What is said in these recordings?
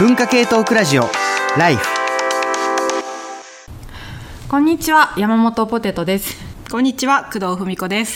文化系トークラジオライフ。 こんにちは、山本ポテトです。 こんにちは、工藤文子です。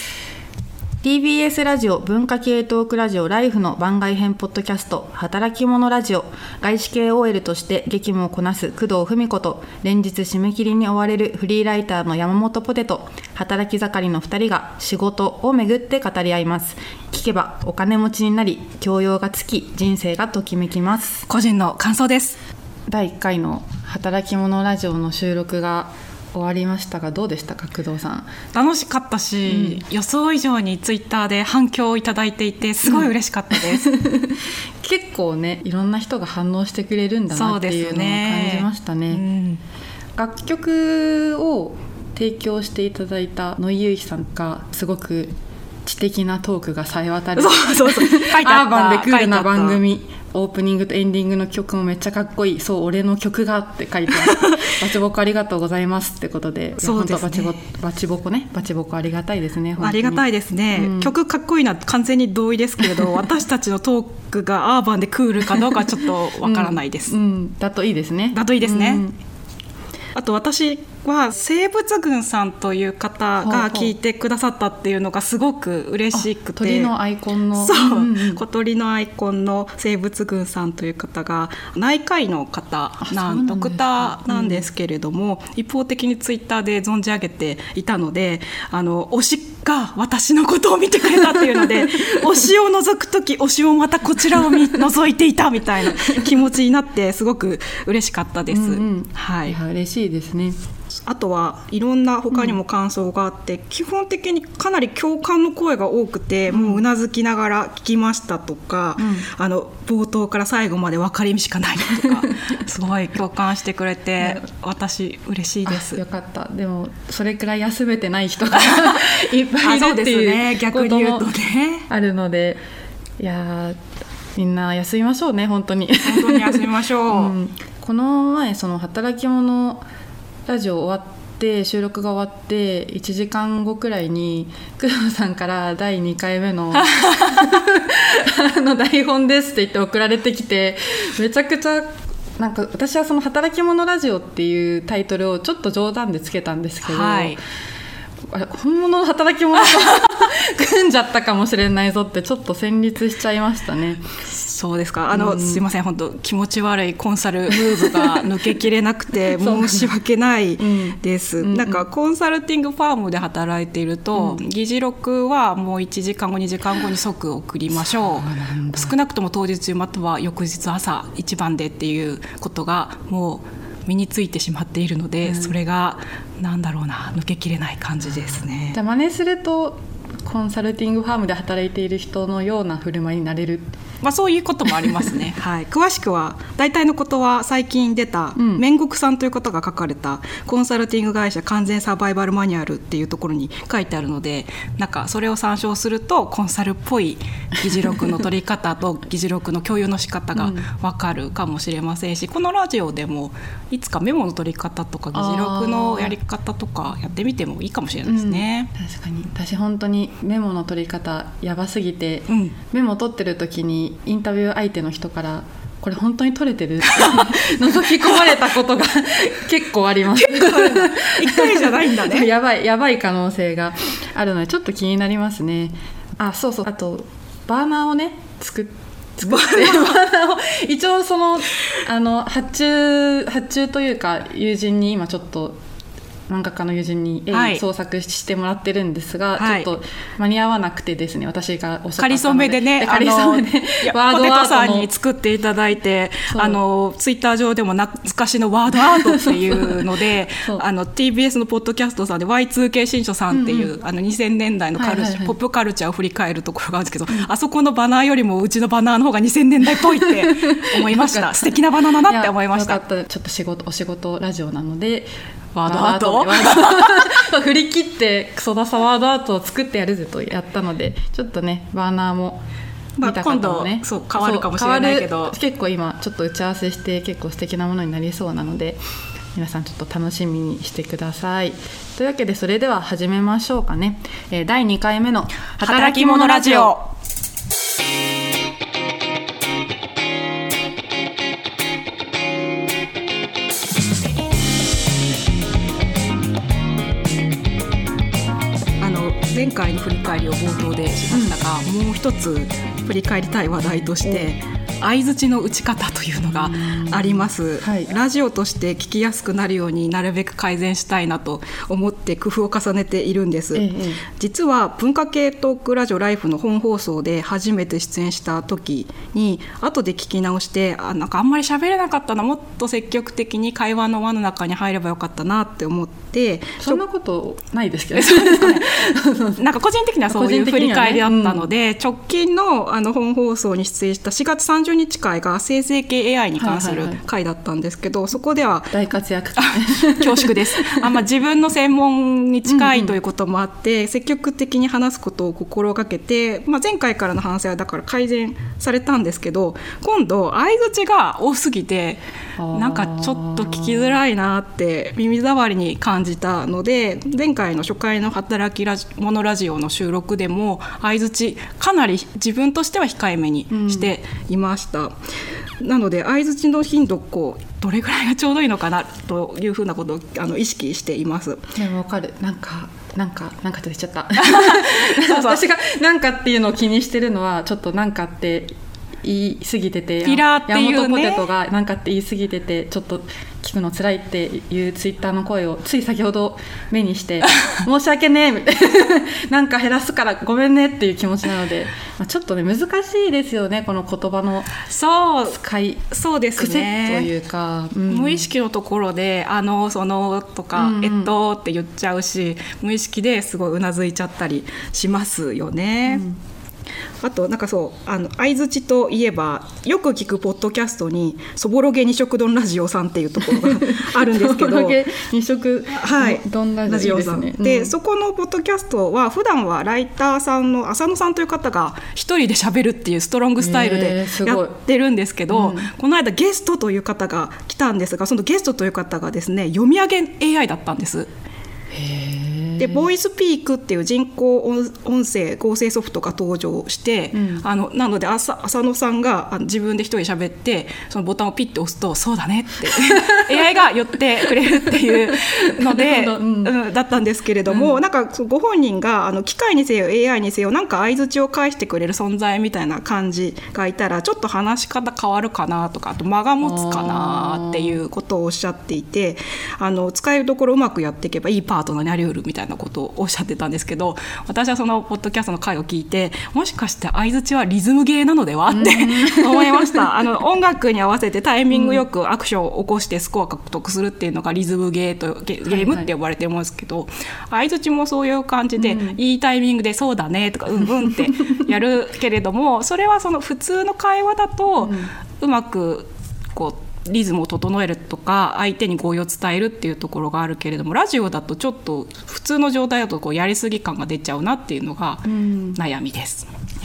TBS ラジオ文化系トークラジオライフの番外編ポッドキャスト働き者ラジオ。外資系 OL として激務をこなす工藤文子と連日締め切りに追われるフリーライターの山本ポテト、働き盛りの2人が仕事をめぐって語り合います。聞けばお金持ちになり、教養がつき、人生がときめきます。 個人の感想です。 第1回の働き者ラジオの収録が終わりましたが、どうでしたか、工藤さん。 楽しかったし、予想以上にツイッターで反響をいただいていてすごい嬉しかったです、 結構ね、いろんな人が反応してくれるんだなっていうのを感じましたね。楽曲を提供していただいた野井祐希さんがすごく知的なトークがさえ渡るそう書いてあった。 アーバンでクールな番組、オープニングとエンディングの曲もめっちゃかっこいい、そう俺の曲がって書いてあるバチボコありがとうございますってことで、 そうですね、 バチボコありがたいですね。 ありがたいですね、曲かっこいいのは完全に同意ですけれど私たちのトークがアーバンでクールかどうかちょっとわからないです、 だといいですね。 だといいですね、あと私は生物群さんという方が聞いてくださったっていうのがすごく嬉しくて、 鳥のアイコンの小鳥のアイコンの生物群さんという方が内科医の方ドクターなんですけれども、一方的にツイッターで存じ上げていたので、推しが私のことを見てくれたっていうので推しを覗くとき推しもまたこちらを覗いていたみたいな気持ちになってすごく嬉しかったです、 はい、嬉しいですね。 あとはいろんな他にも感想があって、基本的にかなり共感の声が多くて、もううなずきながら聞きましたとか、冒頭から最後まで分かりみしかないとかすごい共感してくれて私嬉しいです。 よかった。でもそれくらい休めてない人がいっぱいいるっていうこともあるので、いやみんな休みましょうね。本当に休みましょう、 この前その働き者ラジオ終わって収録が終わって1時間後くらいに工藤さんから第2回目の台本ですって言って送られてきて、めちゃくちゃなんか私はその働き者ラジオっていうタイトルをちょっと冗談でつけたんですけど、あれ本物の働き者と組んじゃったかもしれないぞってちょっと戦慄しちゃいましたね。 そうですか。すいません、本当気持ち悪いコンサルムーブが抜けきれなくて申し訳ないです、なんかコンサルティングファームで働いていると、議事録はもう1時間後2時間後に即送りましょう。少なくとも当日または翌日朝一番でっていうことがもう身についてしまっているので、それがなんだろうな、抜けきれない感じですね。 じゃあ真似するとコンサルティングファームで働いている人のような振る舞いになれる、 そういうこともありますね、詳しくは大体のことは最近出た面国さんという方が書かれたコンサルティング会社完全サバイバルマニュアルっていうところに書いてあるので、なんかそれを参照するとコンサルっぽい議事録の取り方と議事録の共有の仕方が分かるかもしれませんし、このラジオでもいつかメモの取り方とか議事録のやり方とかやってみてもいいかもしれないですね、 確かに。私本当にメモの取り方やばすぎて、メモ取ってる時にインタビュー相手の人からこれ本当に取れてるって覗き込まれたことが結構あります。 一回じゃないんだねやばい可能性があるのでちょっと気になりますね。そうそう、あとバーナーをね作ってバーナーを一応その発注というか友人に今ちょっと漫画家の友人に創作してもらってるんですが、ちょっと間に合わなくてですね、私が遅かったので仮初めでね、 ワードアートポテトさんに作っていただいて、ツイッター上でも懐かしのワードアートっていうのでTBS のポッドキャストさんで Y2K 新書さんっていう、2000年代のポップカルチャーを振り返るところがあるんですけど、あそこのバナーよりもうちのバナーの方が2000年代っぽいって思いました素敵なバナーだなって思いました。 よかった。ちょっとお仕事ラジオなのでワードアート振り切ってクソダサワードアートを作ってやるぜとやったので、ちょっとねバーナーも見た方もね、 今度変わるかもしれないけど、 結構今ちょっと打ち合わせして結構素敵なものになりそうなので、皆さんちょっと楽しみにしてください。というわけでそれでは始めましょうかね。第2回目の働き者ラジオ。 前回の振り返りを冒頭でしましたが、もう一つ振り返りたい話題として相槌の打ち方というのがあります、はい、ラジオとして聞きやすくなるようになるべく改善したいなと思って工夫を重ねているんです、実は文化系トークラジオライフの本放送で初めて出演した時に後で聞き直してなんかあんまり喋れなかったな、もっと積極的に会話の輪の中に入ればよかったなって思って、 そんなことないですけどなんか個人的にはそういう振り返りだったので、直近の本放送に出演した4月30日回が生成系 AI に関する回だったんですけど、そこでは大活躍恐縮です自分の専門に近いということもあって、積極的に話すことを心がけて、前回からの反省はだから改善されたんですけど、今度相槌が多すぎてなんかちょっと聞きづらいなって耳障りに感じたので、前回の初回の働き者ラジオの収録でも相槌かなり自分としては控えめにしていました、なので相槌の頻度どれぐらいがちょうどいいのかなというふうなことを意識しています。 でも分かる、なんかって言っちゃった私がなんかっていうのを気にしてるのは、ちょっとなんかって言い過ぎてて、 ピラーっていうね、 山本ポテトがなんかって言い過ぎててちょっと聞くの辛いっていうツイッターの声をつい先ほど目にして申し訳ねえみたいななんか減らすからごめんねっていう気持ちなので、ちょっとね難しいですよね、この言葉の使いそうです癖とね、 いうか、 無意識のところでそのとか、って言っちゃうし、無意識ですごいうなずいちゃったりしますよね、あとなんか相槌といえばよく聞くポッドキャストにそぼろげ二色丼ラジオさんっていうところがあるんですけどそぼろげ二色丼ラジオさんで、そこのポッドキャストは普段はライターさんの浅野さんという方が一人で喋るっていうストロングスタイルでやってるんですけど、この間ゲストという方が来たんですが、そのゲストという方がですね、読み上げ AI だったんです。でボイスピークっていう人工音声合成ソフトが登場して、なので浅野さんが自分で一人喋ってそのボタンをピッて押すとそうだねってAI が寄ってくれるっていうのでだったんですけれども、なんかご本人が機械にせよ AI にせよなんか相槌を返してくれる存在みたいな感じがいたらちょっと話し方変わるかなとか、あと間が持つかなっていうことをおっしゃっていて、使いどころうまくやっていけばいいパートナーになりうるみたいなことをおっしゃってたんですけど、私はそのポッドキャストの回を聞いて、もしかして相槌はリズムゲーなのではって思いました音楽に合わせてタイミングよくアクションを起こしてスコア獲得するっていうのがリズムゲームって呼ばれてるものですけど、相槌もそういう感じで、いいタイミングでそうだねとかってやるけれども、それはその普通の会話だとうまくリズムを整えるとか相手に合意を伝えるっていうところがあるけれども、ラジオだとちょっと普通の状態だとやりすぎ感が出ちゃうなっていうのが悩みです。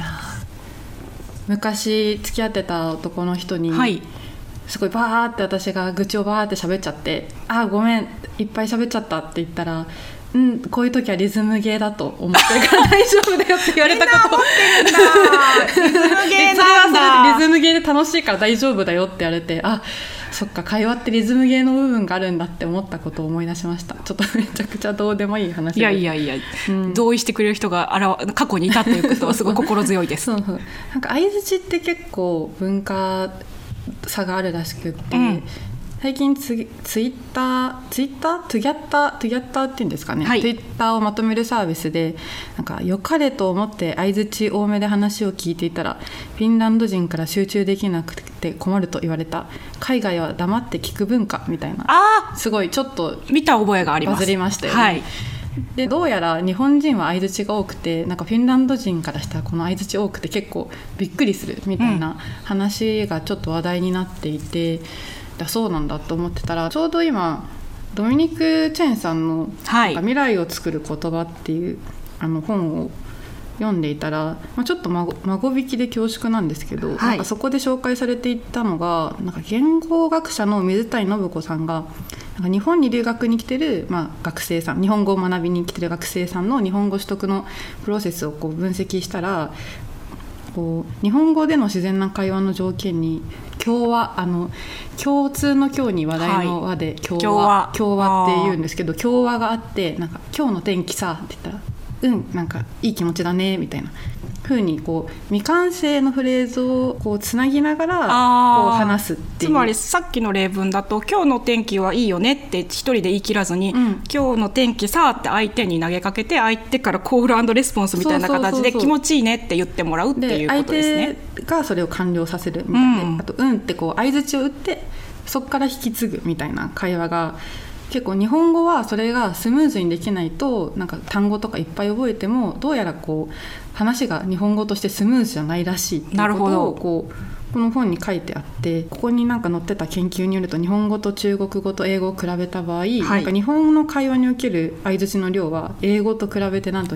昔付き合ってた男の人に、すごいバーって私が愚痴をバーって喋っちゃって、ごめんいっぱい喋っちゃったって言ったら、こういう時はリズムゲーだと思ってるから大丈夫だよって言われたことリズムゲーなんだリズムゲーで楽しいから大丈夫だよって言われて、そっか会話ってリズムゲーの部分があるんだって思ったことを思い出しました。ちょっとめちゃくちゃどうでもいい話で、 いや、同意してくれる人が過去にいたということはすごい心強いですなんか相槌って結構文化差があるらしくって、最近ツイッタートゥギャッターっていうんですかね、ツイッターをまとめるサービスで、なんか良かれと思って相槌多めで話を聞いていたらフィンランド人から集中できなくて困ると言われた、海外は黙って聞く文化みたいな、すごいちょっと見た覚えがあります。 バズりましたよね、でどうやら日本人は相槌が多くて、なんかフィンランド人からしたらこの相槌多くて結構びっくりするみたいな話がちょっと話題になっていて、そうなんだと思ってたら、ちょうど今ドミニク・チェンさんの未来を作る言葉っていう本を読んでいたら、ちょっと孫引きで恐縮なんですけど、なんかそこで紹介されていったのが、なんか言語学者の水谷信子さんがなんか日本に留学に来てる、学生さん、日本語を学びに来てる学生さんの日本語取得のプロセスを分析したら、日本語での自然な会話の条件に共話、共通の共に話題の話で共話って言うんですけど、共話があって、なんか今日の天気さって言ったらなんかいい気持ちだねみたいな風にこう未完成のフレーズをこうつなぎながらこう話すっていう。 つまりさっきの例文だと今日の天気はいいよねって一人で言い切らずに、今日の天気さって相手に投げかけて相手からコール&レスポンスみたいな形で気持ちいいねって言ってもらうっていうことですね。 相手がそれを完了させるみたいな、あとってこう相槌を打ってそこから引き継ぐみたいな会話が結構日本語はそれがスムーズにできないとなんか単語とかいっぱい覚えてもどうやらこう話が日本語としてスムーズじゃないらしいっていうことをこの本に書いてあって、ここになんか載ってた研究によると日本語と中国語と英語を比べた場合、なんか日本の会話における相槌の量は英語と比べてなんと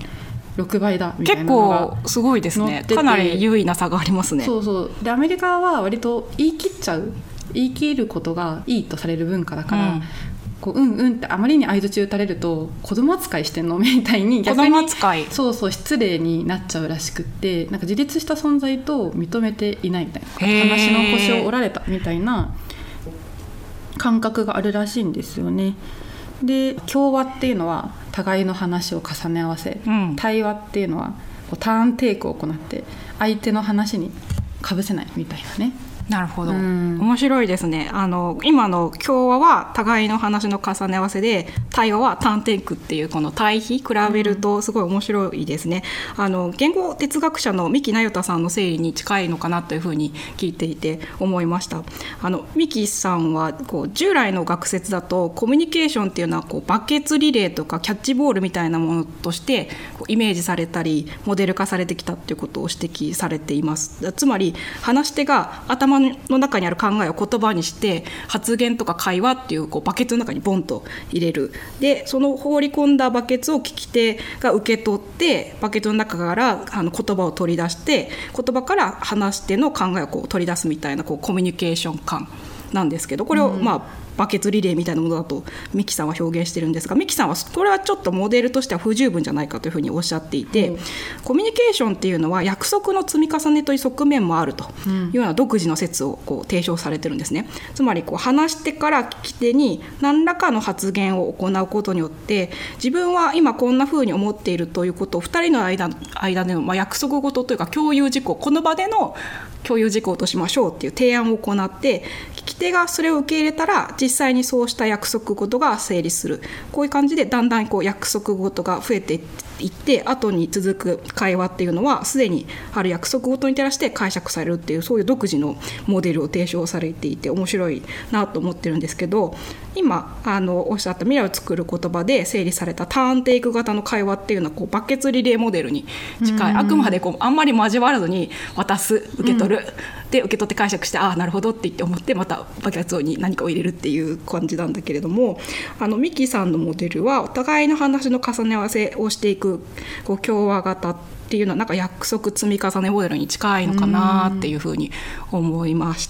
2.6 倍だみたいなのが結構すごいですね。かなり優位な差がありますね。 そうでアメリカは割と言い切ることがいいとされる文化だから、こうってあまりに相槌打たれると子供扱いしてんのみたいに逆に子供扱いそう失礼になっちゃうらしくって、なんか自立した存在と認めていないみたいな、話の腰を折られたみたいな感覚があるらしいんですよね。で共話っていうのは互いの話を重ね合わせ、対話っていうのはこうターンテイクを行って相手の話にかぶせないみたいなね。 なるほど、面白いですね。今の共話は互いの話の重ね合わせで、対話はターンテイクっていうこの対比比べるとすごい面白いですね。言語哲学者の三木那由他さんの整理に近いのかなというふうに聞いていて思いました。三木さんはこう従来の学説だとコミュニケーションっていうのはこうバケツリレーとかキャッチボールみたいなものとしてこうイメージされたりモデル化されてきたっていうことを指摘されています。つまり話し手が頭の中にある考えを言葉にして発言とか会話っていうこうバケツの中にボンと入れる。でその放り込んだバケツを聞き手が受け取ってバケツの中から言葉を取り出して言葉から話し手の考えをこう取り出すみたいなこうコミュニケーション感なんですけど、これをバケツリレーみたいなものだと三木さんは表現してるんですが、三木さんはこれはちょっとモデルとしては不十分じゃないかというふうにおっしゃっていて、コミュニケーションっていうのは約束の積み重ねという側面もあるというような独自の説をこう提唱されてるんですね。つまりこう話し手から聞き手に何らかの発言を行うことによって自分は今こんなふうに思っているということを2人の間での約束事というか共有事項、この場での共有事項としましょうっていう提案を行って聞き手がそれを受け入れたら実際にそうした約束事が成立する。こういう感じでだんだんこう約束事が増えていって後に続く会話っていうのはすでにある約束事に照らして解釈されるっていうそういう独自のモデルを提唱されていて面白いなと思ってるんですけど、今おっしゃった未来を作る言葉で整理されたターンテイク型の会話っていうのはこうバケツリレーモデルに近い、あくまでこうあんまり交わらずに渡す受け取る、で受け取って解釈してなるほどって言って思ってまたバケツに何かを入れるっていう感じなんだけれども、三木さんのモデルはお互いの話の重ね合わせをしていくこう共話型っていうのはなんか約束積み重ねモデルに近いのかなっていうふうに思いました。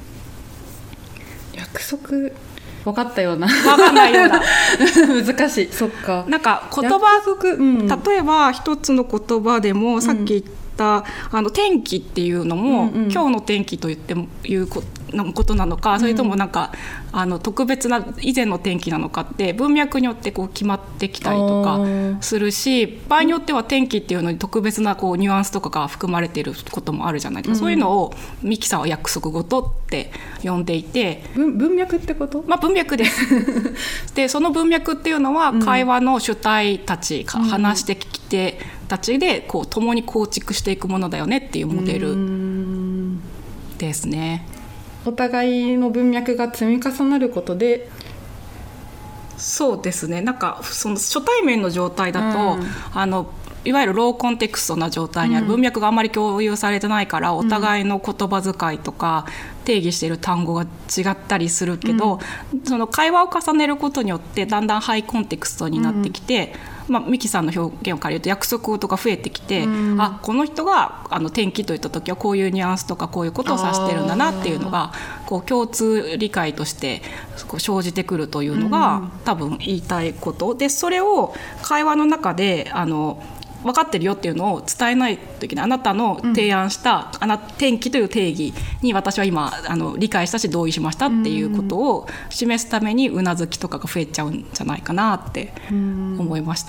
約束分かったような分かんないような難しい。そっか。 なんか言葉、例えば一つの言葉でもさっき言った天気っていうのも、今日の天気と言ってもいうことなのか、それともなんか特別な以前の天気なのかって文脈によってこう決まってきたりとかするし、場合によっては天気っていうのに特別なこうニュアンスとかが含まれていることもあるじゃないですか。そういうのを三木さんは約束事って呼んでいて、 文脈ってこと？ 文脈ですでその文脈っていうのは会話の主体たち、話して聞き手たちでこう共に構築していくものだよねっていうモデルですね。 お互いの文脈が積み重なることで、 そうですね。なんかその初対面の状態だと、いわゆるローコンテクストな状態にある、文脈があんまり共有されてないからお互いの言葉遣いとか定義している単語が違ったりするけど、その会話を重ねることによってだんだんハイコンテクストになってきて、三木さんの表現を借りると約束とか増えてきて、この人が天気といった時はこういうニュアンスとかこういうことを指してるんだなっていうのがこう共通理解として生じてくるというのが多分言いたいことで、それを会話の中で分かってるよっていうのを伝えないといけない。あなたの提案した、天気という定義に私は今理解したし同意しましたっていうことを示すためにうなずきとかが増えちゃうんじゃないかなって思いました。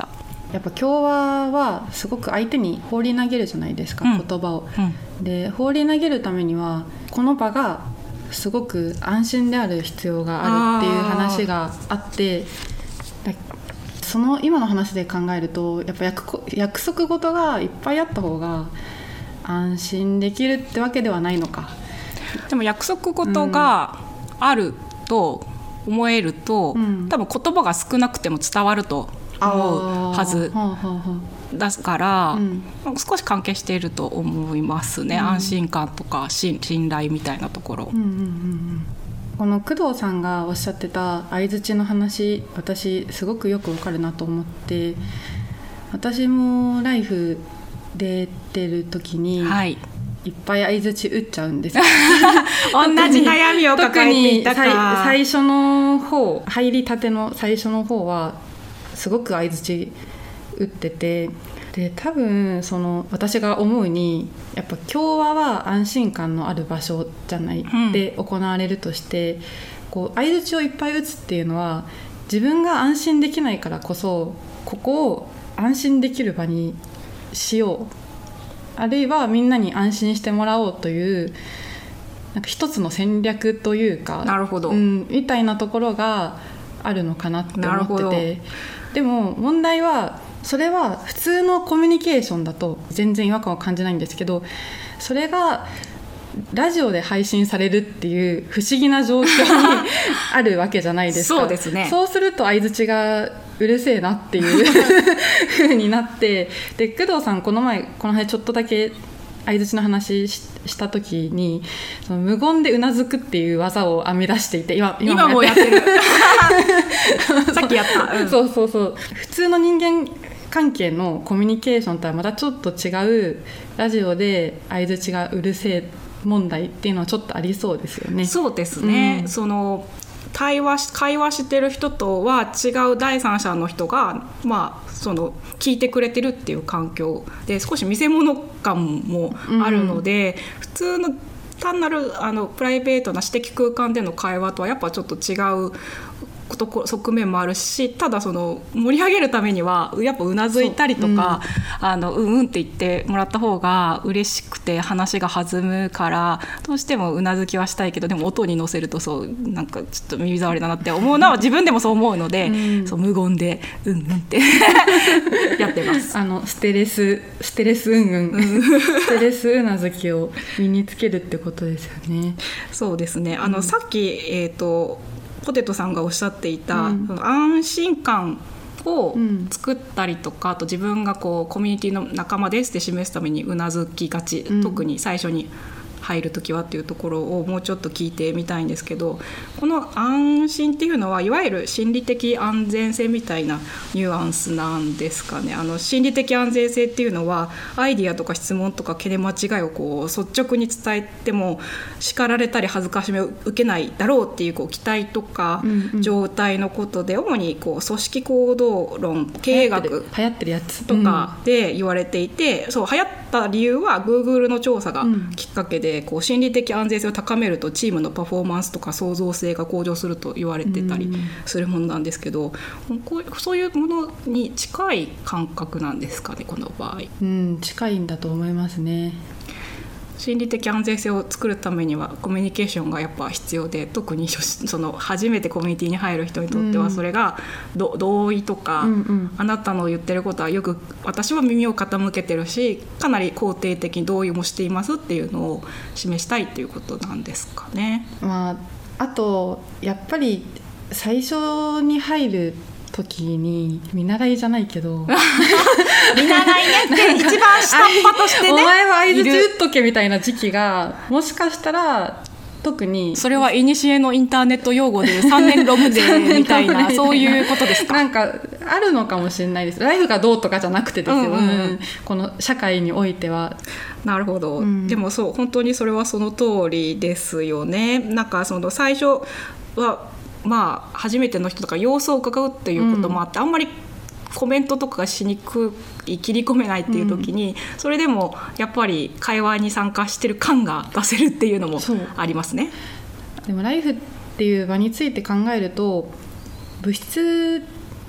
やっぱ共和はすごく相手に放り投げるじゃないですか、言葉を、で放り投げるためにはこの場がすごく安心である必要があるっていう話があって、その今の話で考えるとやっぱ約束事がいっぱいあった方が安心できるってわけではないのか。 でも約束事があると思えると、多分言葉が少なくても伝わると思うはずだから、少し関係していると思いますね、安心感とか信頼みたいなところ。 この工藤さんがおっしゃってた相槌の話、私すごくよくわかるなと思って、私もライフ出てる時に、いっぱい相槌打っちゃうんですよ同じ悩みを抱えていたか。 特に最初の方、入りたての最初の方はすごく相槌打ってて、で多分その私が思うにやっぱ共和は安心感のある場所じゃないで行われるとして、こう相槌をいっぱい打つっていうのは自分が安心できないからこそ、ここを安心できる場にしよう、あるいはみんなに安心してもらおうというなんか一つの戦略というか、 なるほど、 みたいなところがあるのかなって思ってて、でも問題はそれは普通のコミュニケーションだと全然違和感を感じないんですけど、それがラジオで配信されるっていう不思議な状況にあるわけじゃないですか。 そうですね。 そうすると相槌がうるせえなっていう風になって、で工藤さんこの辺ちょっとだけ相槌の話した時に、その無言でうなずくっていう技を編み出していて、今もやってるさっきやった、 そう普通の人間関係のコミュニケーションとはまたちょっと違うラジオで相槌がうるせえ問題っていうのはちょっとありそうですよね。 そうですね、その会話してる人とは違う第三者の人が、その聞いてくれてるっていう環境で少し見せ物感もあるので、普通の単なるプライベートな私的空間での会話とはやっぱちょっと違う側面もあるし、ただその盛り上げるためにはやっぱうなずいたりとか、うんって言ってもらった方が嬉しくて話が弾むから、どうしてもうなずきはしたいけど、でも音に乗せるとそうなんかちょっと耳障りだなって思うのは自分でもそう思うので、そう無言でうんってやってます。 ステレスステレスうなずきを身につけるってことですよね。 そうですね。さっきポテトさんがおっしゃっていた、安心感を作ったりとか、あと自分がこうコミュニティの仲間ですって示すためにうなずきがち、特に最初に入るときはっていうところをもうちょっと聞いてみたいんですけど、この安心っていうのはいわゆる心理的安全性みたいなニュアンスなんですかね。心理的安全性っていうのはアイディアとか質問とか懸念間違いをこう率直に伝えても叱られたり恥ずかしめを受けないだろうっていう、期待とか状態のことで、主にこう組織行動論、経営学流行ってるやつとかで言われていて、そう流行った理由は Google の調査がきっかけで、こう心理的安全性を高めるとチームのパフォーマンスとか創造性が向上すると言われてたりするものなんですけど、そういうものに近い感覚なんですかね、この場合。 近いんだと思いますね。 心理的安全性を作るためにはコミュニケーションがやっぱ必要で、特にその初めてコミュニティに入る人にとってはそれが同意とか、あなたの言ってることはよく私は耳を傾けてるし、かなり肯定的に同意もしていますっていうのを示したいっていうことなんですかね。 あとやっぱり最初に入る時に見習いじゃないけど見習いねって一番下っ端としてね、 お前は相槌打っとけみたいな時期がもしかしたら、特にそれは古のインターネット用語で3年ロム税みたいなそういうことですか。 なんかあるのかもしれないです。ライフがどうとかじゃなくてですよ、この社会においては。 なるほど、でもそう本当にそれはその通りですよね。なんかその最初は初めての人とか様子を伺うっていうこともあって、あんまりコメントとかがしにくい、切り込めないっていう時に、それでもやっぱり会話に参加してる感が出せるっていうのもありますね。 でもライフっていう場について考えると、物質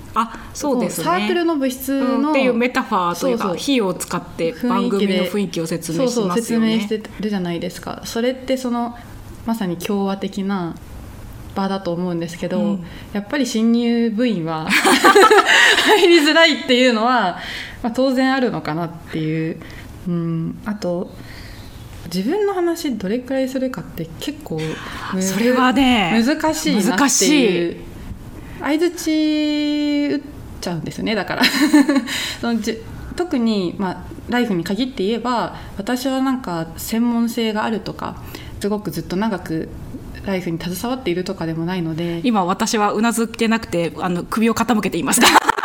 そうですね、 サークルの部室の、 っていうメタファーというか、 そう火を使って番組の雰囲気を説明しますよね。 説明してるじゃないですか。それってまさに共和的な場だと思うんですけど、やっぱり新入部員は入りづらいっていうのは、当然あるのかなっていう、あと自分の話どれくらいするかって結構それはね難しいなっていう、相づち打っちゃうんですよね。だから特に、ライフに限って言えば、私はなんか専門性があるとかすごくずっと長くライフに携わっているとかでもないので、 今私はうなずけなくて首を傾けていますが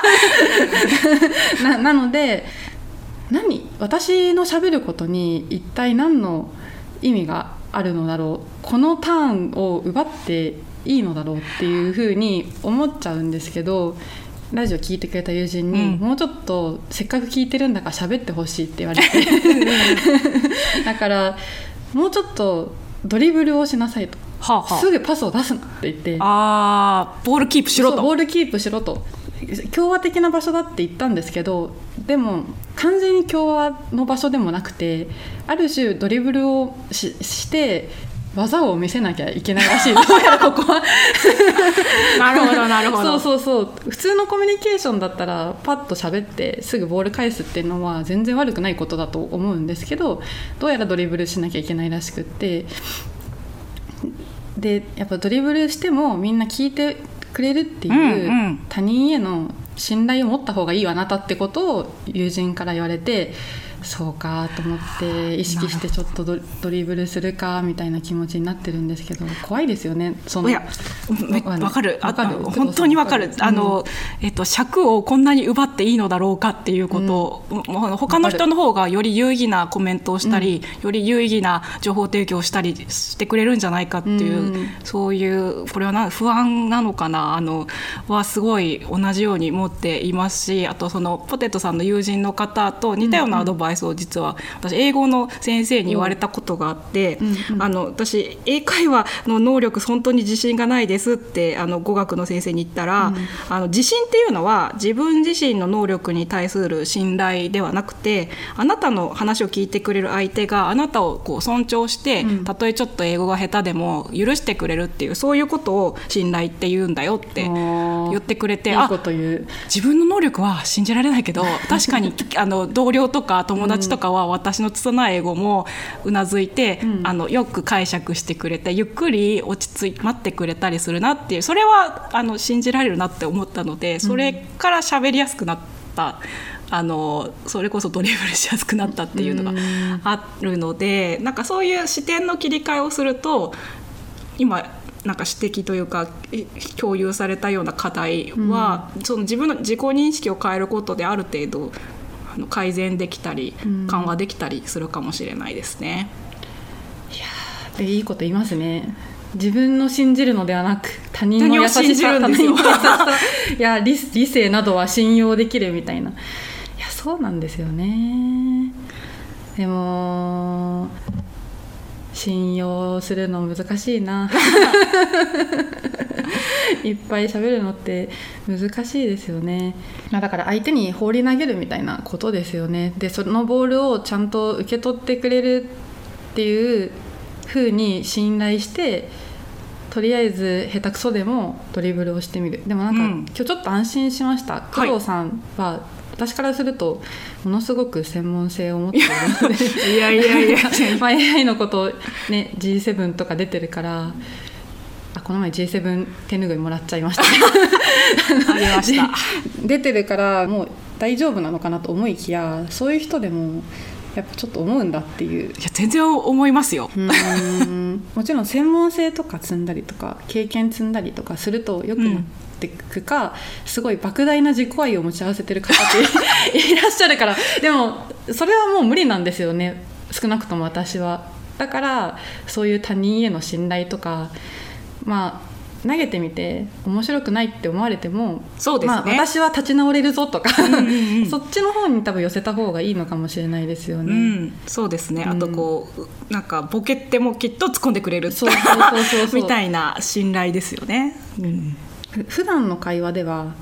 なので私の喋ることに一体何の意味があるのだろう、このターンを奪っていいのだろうっていうふうに思っちゃうんですけど、ラジオ聞いてくれた友人に、もうちょっとせっかく聞いてるんだから喋ってほしいって言われてだからもうちょっとドリブルをしなさいと、すぐパスを出すなって言って、 ボールキープしろと、 ボールキープしろと、共和的な場所だって言ったんですけど、でも完全に共和の場所でもなくて、ある種ドリブルを して技を見せなきゃいけないらしい。どうやらここはなるほどなるほどそう普通のコミュニケーションだったらパッと喋ってすぐボール返すっていうのは全然悪くないことだと思うんですけど、どうやらドリブルしなきゃいけないらしくって、でやっぱドリブルしてもみんな聞いてくれるっていう、他人への信頼を持った方がいいよあなたってことを友人から言われて、そうかと思って意識してちょっとドリブルするかみたいな気持ちになってるんですけど、怖いですよね。 いや分かる本当に分かる。尺をこんなに奪っていいのだろうかっていうことを、他の人の方がより有意義なコメントをしたり、より有意義な情報提供をしたりしてくれるんじゃないかっていう、そういうこれは不安なのかなはすごい同じように持っていますし、あとポテトさんの友人の方と似たようなアドバイスを実は私英語の先生に言われたことがあって、私英会話の能力本当に自信がないですって語学の先生に言ったら、自信っていうのは自分自身の能力に対する信頼ではなくて、あなたの話を聞いてくれる相手があなたをこう尊重して、たとえちょっと英語が下手でも許してくれるっていう、そういうことを信頼って言うんだよって言ってくれて、 いいこと言う。 自分の能力は信じられないけど確かに同僚とか友達とかは私の拙い英語もうなずいて、よく解釈してくれて、ゆっくり落ち着いて待ってくれたりするなっていう、それは信じられるなって思ったので、それから喋りやすくなった、それこそドリブルしやすくなったっていうのがあるので、なんかそういう視点の切り替えをすると、今なんか指摘というか共有されたような課題は、その自分の自己認識を変えることである程度改善できたり緩和できたりするかもしれないですね。 いや、いいこと言いますね。自分の信じるのではなく他人の優しさ、いや 理性などは信用できるみたいな。いや、そうなんですよね。でも信用するの難しいないっぱい喋るのって難しいですよね。だから相手に放り投げるみたいなことですよね。でそのボールをちゃんと受け取ってくれるっていう風に信頼して、とりあえず下手くそでもドリブルをしてみる。でもなんか、今日ちょっと安心しました。工藤さんは私からするとものすごく専門性を持っているのでいや AI のこと、ね、G7 とか出てるから、この前 G7 手ぬぐいもらっちゃいましたありました出てるからもう大丈夫なのかなと思いきや、そういう人でもやっぱちょっと思うんだっていう。 いや全然思いますよもちろん専門性とか積んだりとか経験積んだりとかすると良くなっていくか、すごい莫大な自己愛を持ち合わせてる方っていらっしゃるからでもそれはもう無理なんですよね、少なくとも私は。だからそういう他人への信頼とか、投げてみて面白くないって思われても、 そうですね、 私は立ち直れるぞとかそっちの方に多分寄せた方がいいのかもしれないですよね。 そうですね。あとなんかボケってもきっと突っ込んでくれるみたいな信頼ですよね。 普段の会話では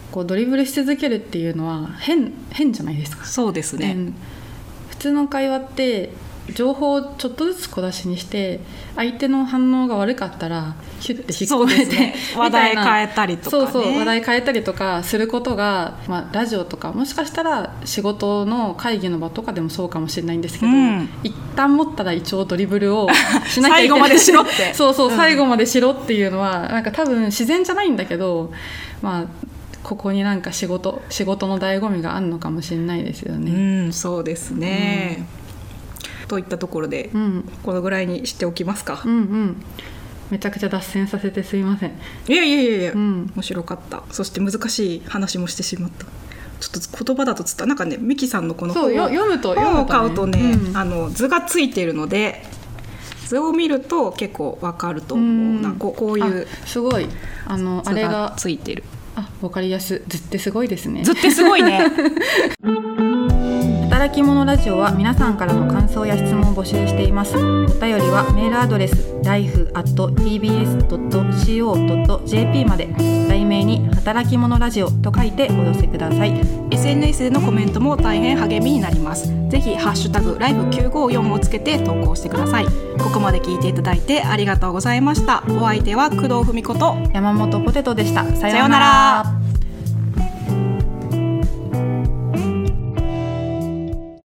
こうドリブルし続けるっていうのは変じゃないですか。 そうですね、 普通の会話って情報をちょっとずつ小出しにして相手の反応が悪かったらヒュッて引っ込めて、ね、 話題変えたりとかね。 そう話題変えたりとかすることが、ラジオとかもしかしたら仕事の会議の場とかでもそうかもしれないんですけど、一旦持ったら一応ドリブルをしなきゃいけない最後までしろって最後までしろっていうのはなんか多分自然じゃないんだけど、ここになんか仕事の醍醐味があるのかもしれないですよね。 そうですね、といったところで、このぐらいにしておきますか。 めちゃくちゃ脱線させてすいません。 いや、面白かった。そして難しい話もしてしまった。ちょっと言葉だとなんかね、ミキさんのこの本を買うとね、図がついているので図を見ると結構わかると思うな。こういうすごいあれがついてる。 わかりやす。図ってすごいですね。 図ってすごいね。 働き者ラジオは皆さんからの感想や質問を募集しています。お便りはメールアドレス life@tbs.co.jp まで、題名に働き者ラジオと書いてお寄せください。 SNS でのコメントも大変励みになります。ぜひハッシュタグ life954 をつけて投稿してください。ここまで聞いていただいてありがとうございました。お相手は工藤文子と山本ポテトでした。さようなさようなら。